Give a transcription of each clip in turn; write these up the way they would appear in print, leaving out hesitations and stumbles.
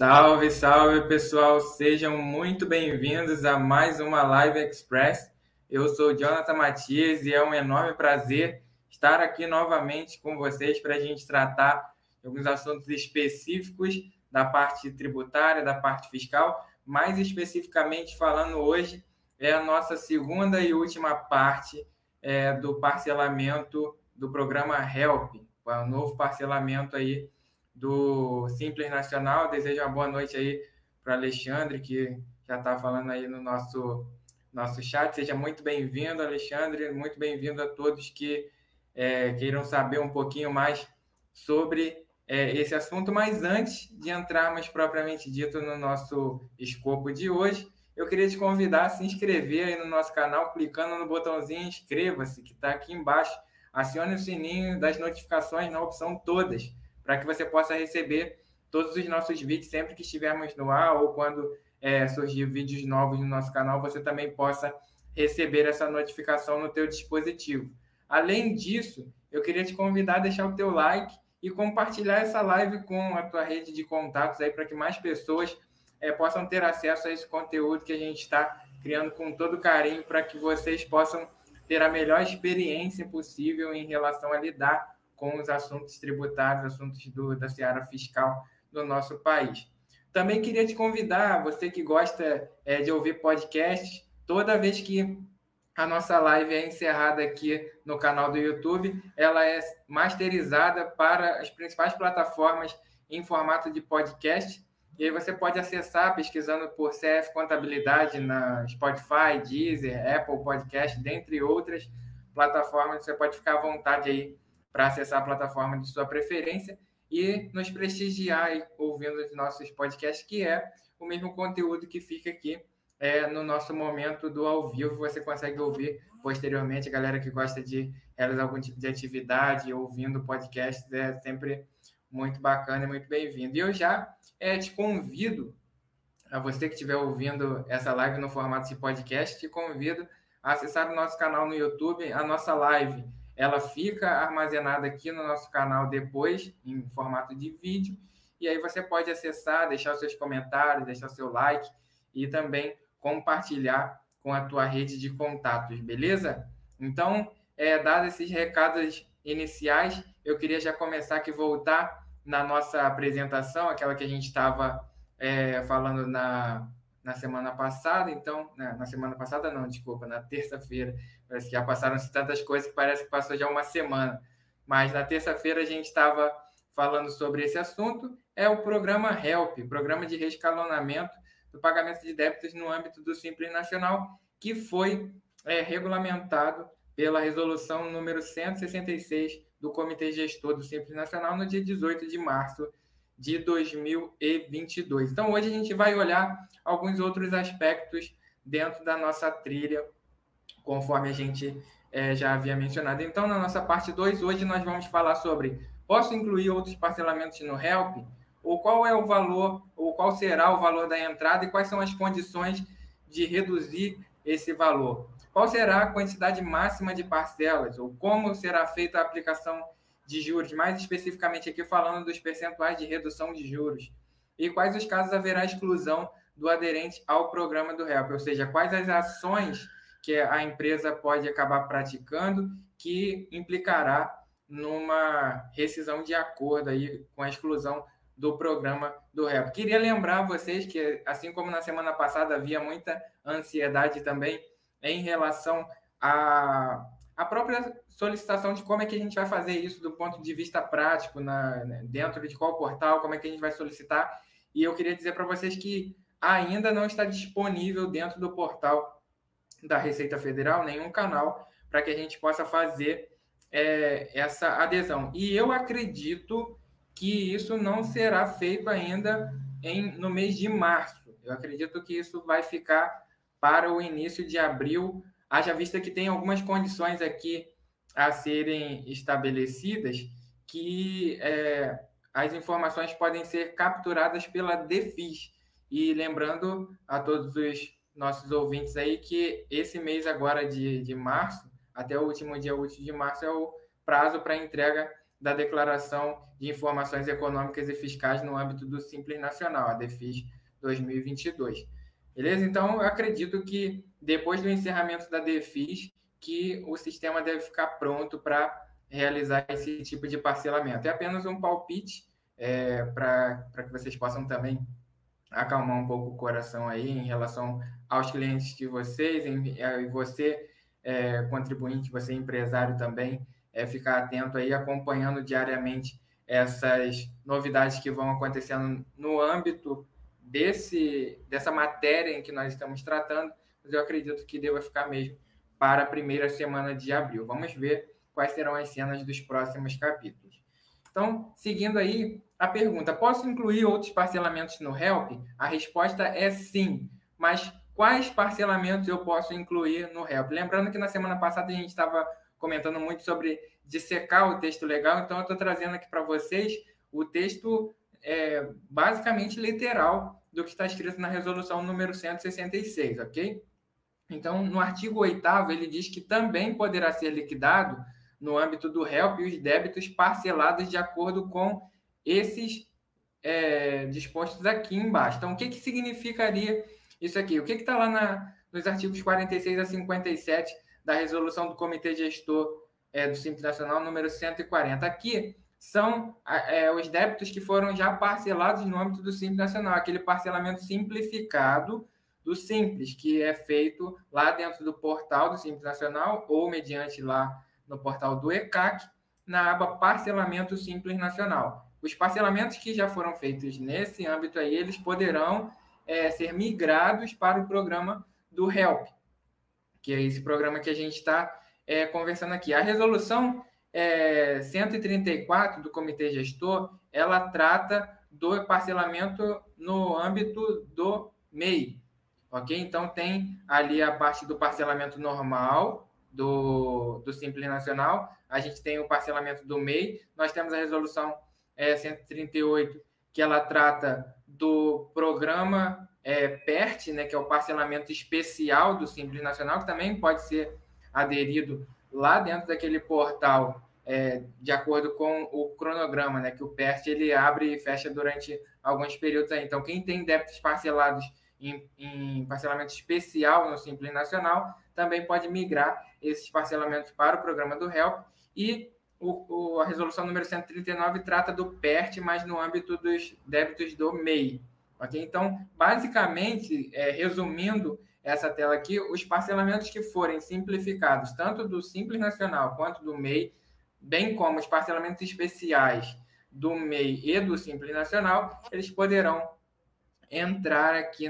Salve, salve pessoal, sejam muito bem-vindos a mais uma Live Express. Eu sou Jonathan Matias e é um enorme prazer estar aqui novamente com vocês para a gente tratar de alguns assuntos específicos da parte tributária, da parte fiscal. Mais especificamente falando hoje, é a nossa segunda e última parte do parcelamento do programa HELP, o novo parcelamento aí do Simples Nacional. Desejo uma boa noite aí para o Alexandre, que já está falando aí no nosso chat. Seja muito bem-vindo, Alexandre, muito bem-vindo a todos que queiram saber um pouquinho mais sobre esse assunto. Mas antes de entrarmos propriamente dito no nosso escopo de hoje, eu queria te convidar a se inscrever aí no nosso canal, clicando no botãozinho inscreva-se, que está aqui embaixo. Acione o sininho das notificações na opção todas, para que você possa receber todos os nossos vídeos sempre que estivermos no ar ou quando surgir vídeos novos no nosso canal, você também possa receber essa notificação no teu dispositivo. Além disso, eu queria te convidar a deixar o teu like e compartilhar essa live com a tua rede de contatos aí para que mais pessoas possam ter acesso a esse conteúdo que a gente está criando com todo carinho para que vocês possam ter a melhor experiência possível em relação a lidar com os assuntos tributários, assuntos da seara fiscal do nosso país. Também queria te convidar, você que gosta de ouvir podcasts, toda vez que a nossa live é encerrada aqui no canal do YouTube, ela é masterizada para as principais plataformas em formato de podcast, e aí você pode acessar pesquisando por CF Contabilidade na Spotify, Deezer, Apple Podcast, dentre outras plataformas. Você pode ficar à vontade aí para acessar a plataforma de sua preferência e nos prestigiar aí, ouvindo os nossos podcasts, que é o mesmo conteúdo que fica aqui no nosso momento do ao vivo. Você consegue ouvir posteriormente. A galera que gosta de realizar algum tipo de atividade, ouvindo podcasts, é sempre muito bacana e muito bem-vindo. E eu já te convido, a você que estiver ouvindo essa live no formato de podcast, te convido a acessar o nosso canal no YouTube. A nossa live ela fica armazenada aqui no nosso canal depois, em formato de vídeo, e aí você pode acessar, deixar os seus comentários, deixar o seu like e também compartilhar com a tua rede de contatos, beleza? Então, dados esses recados iniciais, eu queria já começar aqui, voltar na nossa apresentação, aquela que a gente estava falando na semana passada. Então, na semana passada não, desculpa, na terça-feira. Parece que já passaram-se tantas coisas que parece que passou já uma semana. Mas na terça-feira a gente estava falando sobre esse assunto. É o programa HELP, Programa de Reescalonamento do Pagamento de Débitos no âmbito do Simples Nacional, que foi regulamentado pela resolução número 166 do Comitê Gestor do Simples Nacional no dia 18 de março de 2022. Então, hoje a gente vai olhar alguns outros aspectos dentro da nossa trilha, conforme a gente já havia mencionado. Então, na nossa parte 2, hoje nós vamos falar sobre: posso incluir outros parcelamentos no HELP? Ou qual é o valor, ou qual será o valor da entrada e quais são as condições de reduzir esse valor? Qual será a quantidade máxima de parcelas? Ou como será feita a aplicação de juros, mais especificamente aqui falando dos percentuais de redução de juros? E quais os casos haverá exclusão do aderente ao programa do HELP? Ou seja, quais as ações que a empresa pode acabar praticando que implicará numa rescisão de acordo aí com a exclusão do programa do HELP. Queria lembrar vocês que, assim como na semana passada havia muita ansiedade também em relação à própria solicitação de como é que a gente vai fazer isso do ponto de vista prático, dentro de qual portal, como é que a gente vai solicitar. E eu queria dizer para vocês que ainda não está disponível dentro do portal da Receita Federal nenhum canal para que a gente possa fazer essa adesão. E eu acredito que isso não será feito ainda no mês de março. Eu acredito que isso vai ficar para o início de abril, haja vista que tem algumas condições aqui a serem estabelecidas, que as informações podem ser capturadas pela DEFIS. E lembrando a todos os nossos ouvintes aí que esse mês agora de março, até o último dia útil de março, é o prazo para entrega da Declaração de Informações Econômicas e Fiscais no âmbito do Simples Nacional, a DEFIS 2022. Beleza? Então, eu acredito que depois do encerramento da DEFIS, que o sistema deve ficar pronto para realizar esse tipo de parcelamento. É apenas um palpite para que vocês possam também acalmar um pouco o coração aí em relação aos clientes de vocês, e você, contribuinte, você empresário também, ficar atento aí, acompanhando diariamente essas novidades que vão acontecendo no âmbito dessa matéria em que nós estamos tratando, mas eu acredito que deva ficar mesmo para a primeira semana de abril. Vamos ver quais serão as cenas dos próximos capítulos. Então, seguindo aí a pergunta, posso incluir outros parcelamentos no HELP? A resposta é sim, mas quais parcelamentos eu posso incluir no HELP? Lembrando que na semana passada a gente estava comentando muito sobre dissecar o texto legal, então eu estou trazendo aqui para vocês o texto basicamente literal do que está escrito na resolução número 166, ok? Então, no artigo 8º, ele diz que também poderá ser liquidado, no âmbito do HELP, os débitos parcelados de acordo com esses dispostos aqui embaixo. Então, o que significaria isso aqui? O que está lá nos artigos 46 a 57 da resolução do Comitê Gestor do Simples Nacional, número 140? Aqui são os débitos que foram já parcelados no âmbito do Simples Nacional, aquele parcelamento simplificado do Simples, que é feito lá dentro do portal do Simples Nacional ou mediante lá no portal do ECAC, na aba Parcelamento Simples Nacional. Os parcelamentos que já foram feitos nesse âmbito aí, eles poderão ser migrados para o programa do HELP, que é esse programa que a gente está conversando aqui. A resolução 134 do Comitê Gestor, ela trata do parcelamento no âmbito do MEI, ok? Então, tem ali a parte do parcelamento normal do Simples Nacional, a gente tem o parcelamento do MEI, nós temos a resolução 138, que ela trata do programa PERT, né, que é o parcelamento especial do Simples Nacional, que também pode ser aderido lá dentro daquele portal, de acordo com o cronograma, né, que o PERT ele abre e fecha durante alguns períodos aí. Então, quem tem débitos parcelados em parcelamento especial no Simples Nacional, também pode migrar esses parcelamentos para o programa do HELP. E a resolução número 139 trata do PERT, mas no âmbito dos débitos do MEI. Okay? Então, basicamente, resumindo essa tela aqui, os parcelamentos que forem simplificados, tanto do Simples Nacional quanto do MEI, bem como os parcelamentos especiais do MEI e do Simples Nacional, eles poderão entrar aqui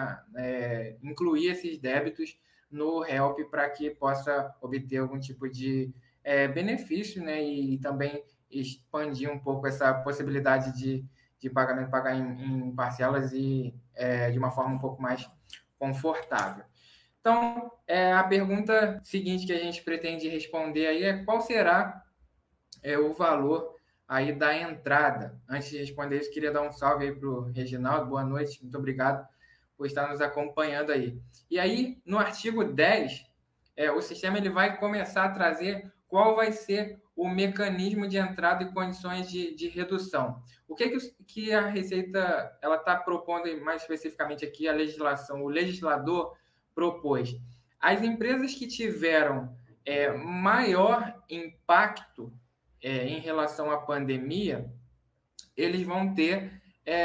incluir esses débitos no HELP para que possa obter algum tipo de benefício, né? E também expandir um pouco essa possibilidade de pagamento, pagar em parcelas e de uma forma um pouco mais confortável. Então, a pergunta seguinte que a gente pretende responder aí é qual será o valor aí da entrada. Antes de responder isso, queria dar um salve aí para o Reginaldo. Boa noite, muito obrigado por estar nos acompanhando aí. E aí, no artigo 10, o sistema ele vai começar a trazer qual vai ser o mecanismo de entrada e condições de redução. O que a Receita ela está propondo mais especificamente aqui, a legislação, o legislador propôs? As empresas que tiveram maior impacto em relação à pandemia, eles vão ter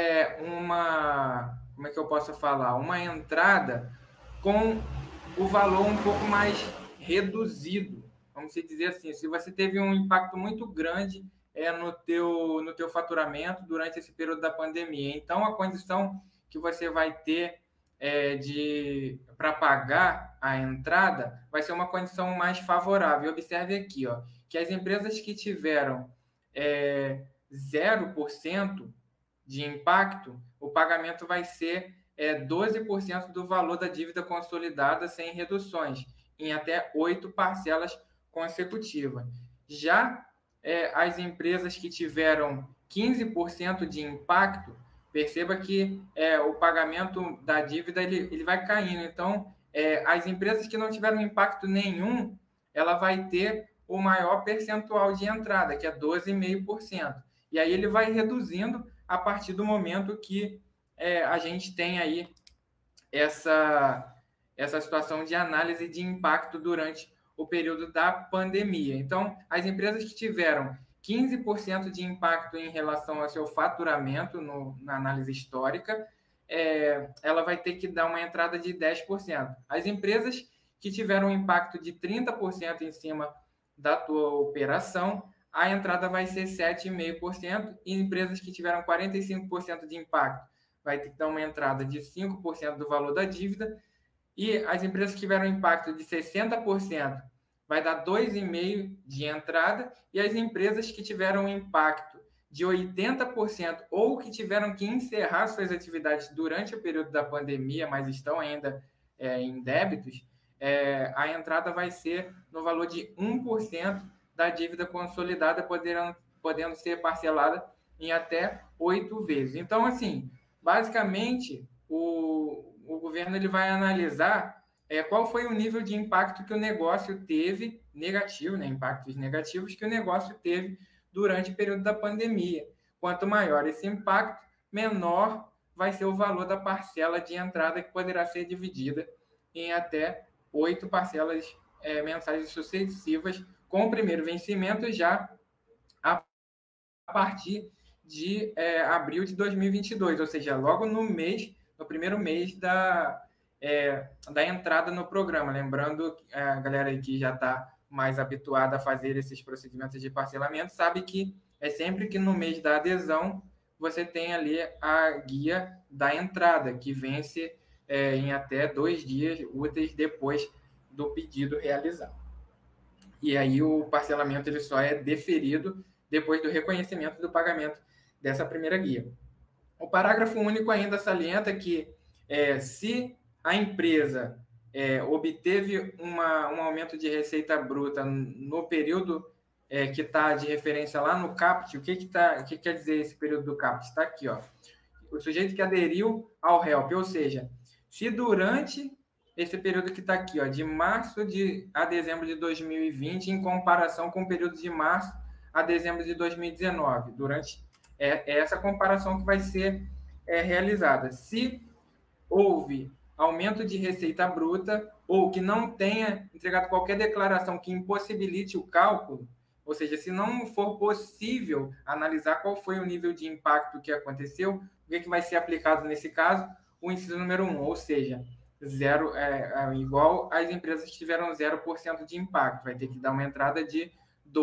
como é que eu posso falar? Uma entrada com o valor um pouco mais reduzido. Vamos dizer assim, se você teve um impacto muito grande no teu faturamento durante esse período da pandemia, então a condição que você vai ter para pagar a entrada vai ser uma condição mais favorável. Observe aqui, que as empresas que tiveram 0% de impacto, o pagamento vai ser 12% do valor da dívida consolidada sem reduções, em até 8 parcelas consecutivas. Já as empresas que tiveram 15% de impacto, perceba que o pagamento da dívida ele vai caindo. Então, as empresas que não tiveram impacto nenhum, ela vai ter o maior percentual de entrada, que é 12,5%. E aí ele vai reduzindo a partir do momento que a gente tem aí essa situação de análise de impacto durante o período da pandemia. Então, as empresas que tiveram 15% de impacto em relação ao seu faturamento na análise histórica, ela vai ter que dar uma entrada de 10%. As empresas que tiveram um impacto de 30% em cima da tua operação, a entrada vai ser 7,5%, e empresas que tiveram 45% de impacto vai ter que dar uma entrada de 5% do valor da dívida, e as empresas que tiveram impacto de 60% vai dar 2,5% de entrada, e as empresas que tiveram impacto de 80% ou que tiveram que encerrar suas atividades durante o período da pandemia, mas estão ainda em débitos, a entrada vai ser no valor de 1% da dívida consolidada, podendo ser parcelada em até 8 vezes. Então, assim, basicamente, o governo ele vai analisar qual foi o nível de impacto que o negócio teve, negativo, né, impactos negativos que o negócio teve durante o período da pandemia. Quanto maior esse impacto, menor vai ser o valor da parcela de entrada, que poderá ser dividida em até 8 parcelas mensais sucessivas, com o primeiro vencimento já a partir de abril de 2022, ou seja, logo no primeiro mês da entrada no programa. Lembrando, a galera aí que já está mais habituada a fazer esses procedimentos de parcelamento sabe que é sempre que no mês da adesão você tem ali a guia da entrada, que vence em até 2 dias úteis depois do pedido realizado. E aí o parcelamento ele só é deferido depois do reconhecimento do pagamento dessa primeira guia. O parágrafo único ainda salienta que se a empresa obteve um aumento de receita bruta no período que está de referência lá no CAPT, o que quer dizer esse período do CAPT? Está aqui, ó. O sujeito que aderiu ao HELP, ou seja, se durante esse período que está aqui, ó, de março a dezembro de 2020, em comparação com o período de março a dezembro de 2019, durante essa comparação que vai ser realizada. Se houve aumento de receita bruta ou que não tenha entregado qualquer declaração que impossibilite o cálculo, ou seja, se não for possível analisar qual foi o nível de impacto que aconteceu, o que vai ser aplicado nesse caso? O inciso número 1, ou seja, zero, igual às empresas que tiveram 0% de impacto, vai ter que dar uma entrada de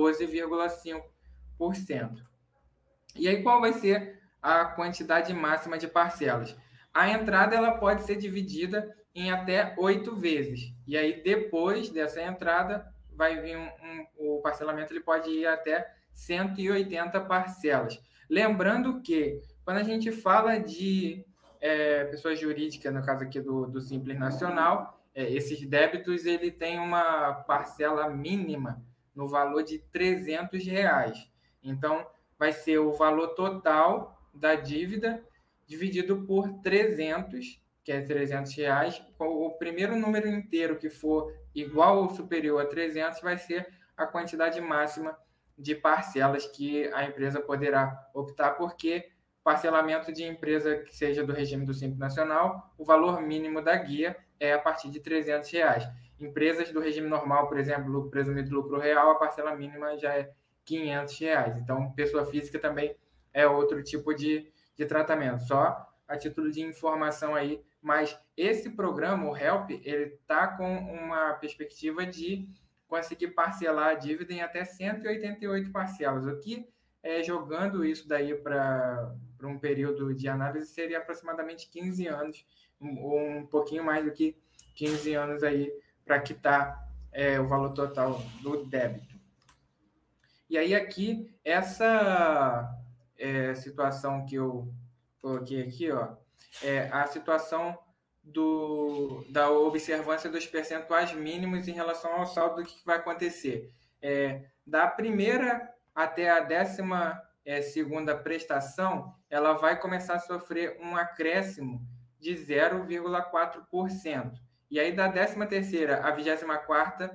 12,5%. E aí qual vai ser a quantidade máxima de parcelas? A entrada ela pode ser dividida em até 8 vezes. E aí depois dessa entrada vai vir o parcelamento, ele pode ir até 180 parcelas. Lembrando que quando a gente fala de pessoa jurídica, no caso aqui do Simples Nacional, esses débitos ele tem uma parcela mínima no valor de R$300. Então, vai ser o valor total da dívida dividido por 300, que é R$300. O primeiro número inteiro que for igual ou superior a 300 vai ser a quantidade máxima de parcelas que a empresa poderá optar, porque parcelamento de empresa que seja do regime do Simples Nacional, o valor mínimo da guia é a partir de R$300. Empresas do regime normal, por exemplo, presumido lucro real, a parcela mínima já é R$500. Então, pessoa física também é outro tipo de tratamento. Só a título de informação aí, mas esse programa, o HELP, ele está com uma perspectiva de conseguir parcelar a dívida em até 188 parcelas, o que jogando isso daí para um período de análise seria aproximadamente 15 anos, ou um pouquinho mais do que 15 anos aí para quitar o valor total do débito. E aí aqui, essa situação que eu coloquei aqui, ó, a situação da observância dos percentuais mínimos em relação ao saldo do que vai acontecer. Da primeira até a 12ª prestação, ela vai começar a sofrer um acréscimo de 0,4%. E aí, da 13ª à 24ª,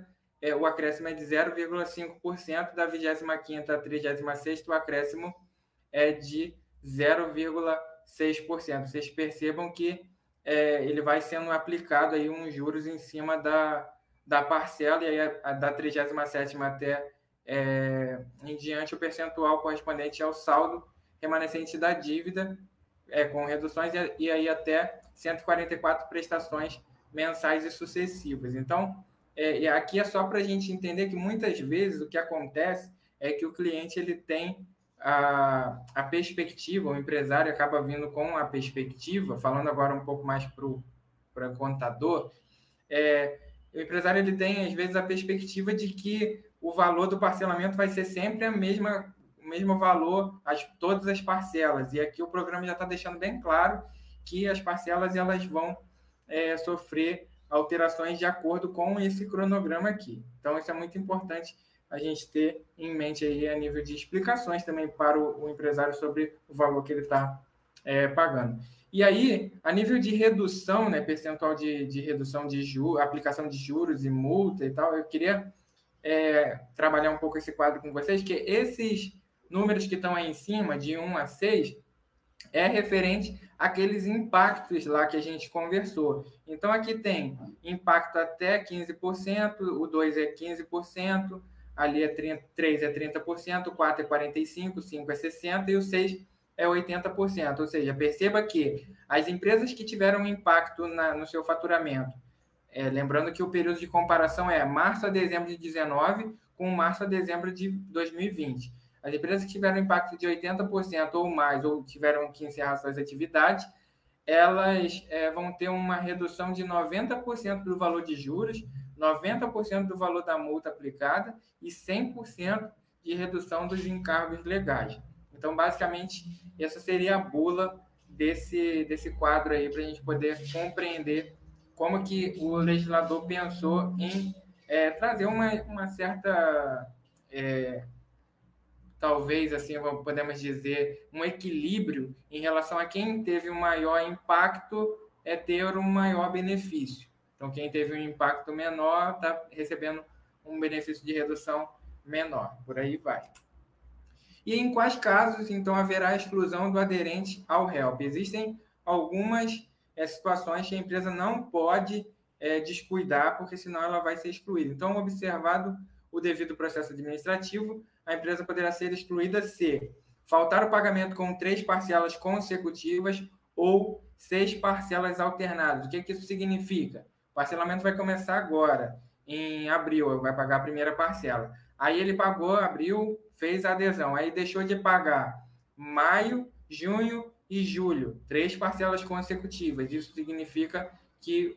o acréscimo é de 0,5%, da 25ª à 36ª, o acréscimo é de 0,6%. Vocês percebam que ele vai sendo aplicado aí uns juros em cima da parcela, e aí da 37ª até em diante, o percentual correspondente ao saldo remanescente da dívida, com reduções, e aí até 144 prestações mensais e sucessivas. Então, aqui é só para a gente entender que muitas vezes o que acontece é que o cliente ele tem a perspectiva, o empresário acaba vindo com a perspectiva, falando agora um pouco mais para o contador, o empresário ele tem, às vezes, a perspectiva de que o valor do parcelamento vai ser sempre o mesmo valor, todas as parcelas. E aqui o programa já está deixando bem claro que as parcelas elas vão sofrer alterações de acordo com esse cronograma aqui. Então, isso é muito importante a gente ter em mente aí a nível de explicações também para o empresário sobre o valor que ele está pagando. E aí, a nível de redução, né, percentual de redução de juros, aplicação de juros e multa e tal, eu queria trabalhar um pouco esse quadro com vocês, que esses números que estão aí em cima, de 1 a 6, é referente àqueles impactos lá que a gente conversou. Então, aqui tem impacto até 15%, o 2 é 15%, ali 3 é 30%, o 4 é 45%, o 5 é 60% e o 6 é 80%. Ou seja, perceba que as empresas que tiveram impacto no seu faturamento, lembrando que o período de comparação é março a dezembro de 2019 com março a dezembro de 2020. As empresas que tiveram impacto de 80% ou mais, ou tiveram que encerrar suas atividades, elas vão ter uma redução de 90% do valor de juros, 90% do valor da multa aplicada e 100% de redução dos encargos legais. Então, basicamente, essa seria a bula desse quadro aí, para a gente poder compreender como que o legislador pensou em trazer uma certa, talvez, assim, podemos dizer, um equilíbrio em relação a quem teve um maior impacto ter um maior benefício. Então, quem teve um impacto menor está recebendo um benefício de redução menor. Por aí vai. E em quais casos, então, haverá exclusão do aderente ao HELP? Existem algumas situações que a empresa não pode descuidar, porque senão ela vai ser excluída. Então, observado o devido processo administrativo, a empresa poderá ser excluída se faltar o pagamento com 3 parcelas consecutivas ou 6 parcelas alternadas. O que isso significa? O parcelamento vai começar agora, em abril, vai pagar a primeira parcela. Aí ele pagou, abril, fez a adesão. Aí deixou de pagar maio, junho e julho. 3 parcelas consecutivas. Isso significa que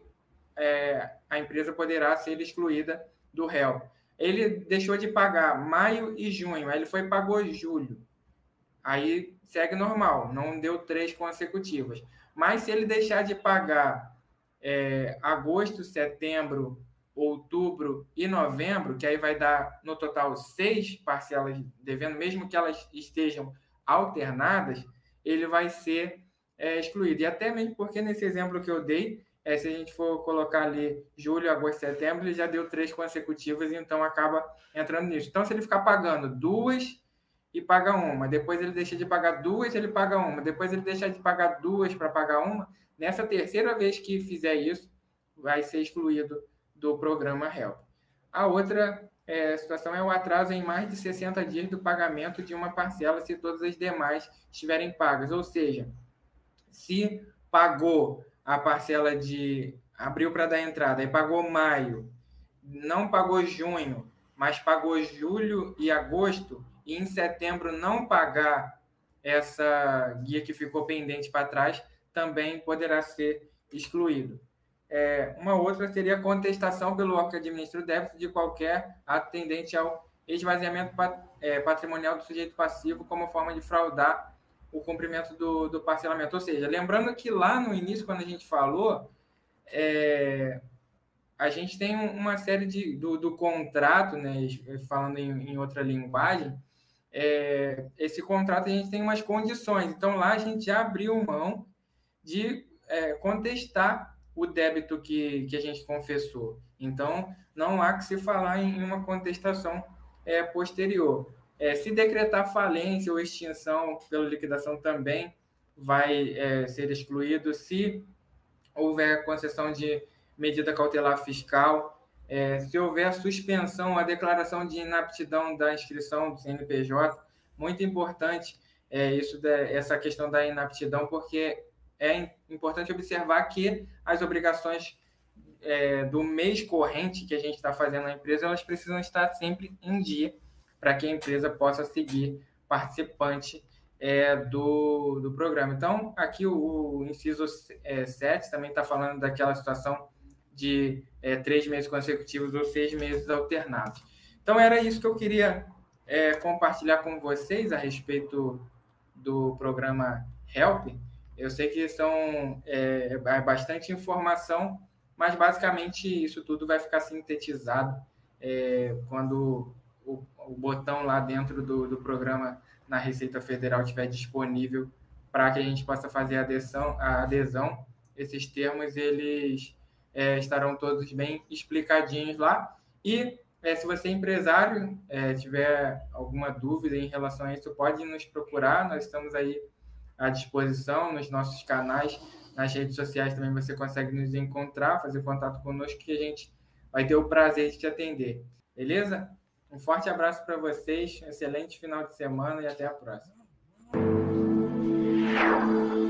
a empresa poderá ser excluída do HELP. Ele deixou de pagar maio e junho. Aí ele foi e pagou julho. Aí segue normal. Não deu 3 consecutivas. Mas se ele deixar de pagar agosto, setembro, outubro e novembro, que aí vai dar no total 6 parcelas devendo, mesmo que elas estejam alternadas, ele vai ser excluído. E até mesmo porque nesse exemplo que eu dei, se a gente for colocar ali julho, agosto, setembro, ele já deu 3 consecutivas, então acaba entrando nisso. Então, se ele ficar pagando 2 e paga uma, depois ele deixa de pagar 2, ele paga uma, depois ele deixa de pagar 2 para pagar uma, nessa terceira vez que fizer isso, vai ser excluído do programa HELP. A outra situação é o atraso em mais de 60 dias do pagamento de uma parcela se todas as demais estiverem pagas. Ou seja, se pagou a parcela de abril para dar entrada e pagou maio, não pagou junho, mas pagou julho e agosto, e em setembro não pagar essa guia que ficou pendente para trás, também poderá ser excluído. Uma outra seria a contestação pelo órgão que administra o débito de qualquer ato tendente ao esvaziamento patrimonial do sujeito passivo como forma de fraudar o cumprimento do parcelamento. Ou seja, lembrando que lá no início, quando a gente falou, a gente tem uma série do contrato, né, falando em outra linguagem, esse contrato a gente tem umas condições. Então, lá a gente já abriu mão de contestar o débito que a gente confessou. Então, não há que se falar em uma contestação posterior. Se decretar falência ou extinção pela liquidação também vai ser excluído. Se houver concessão de medida cautelar fiscal, se houver suspensão, a declaração de inaptidão da inscrição do CNPJ, muito importante essa questão da inaptidão, porque é importante observar que as obrigações do mês corrente que a gente está fazendo na empresa, elas precisam estar sempre em dia para que a empresa possa seguir participante do programa. Então, aqui o inciso 7 também está falando daquela situação de 3 meses consecutivos ou 6 meses alternados. Então, era isso que eu queria compartilhar com vocês a respeito do programa HELP. Eu sei que são bastante informação, mas basicamente isso tudo vai ficar sintetizado quando o botão lá dentro do programa na Receita Federal estiver disponível para que a gente possa fazer a adesão. Esses termos eles estarão todos bem explicadinhos lá. E se você é empresário, tiver alguma dúvida em relação a isso, pode nos procurar. Nós estamos aí à disposição nos nossos canais, nas redes sociais também você consegue nos encontrar, fazer contato conosco, que a gente vai ter o prazer de te atender. Beleza? Um forte abraço para vocês, um excelente final de semana e até a próxima.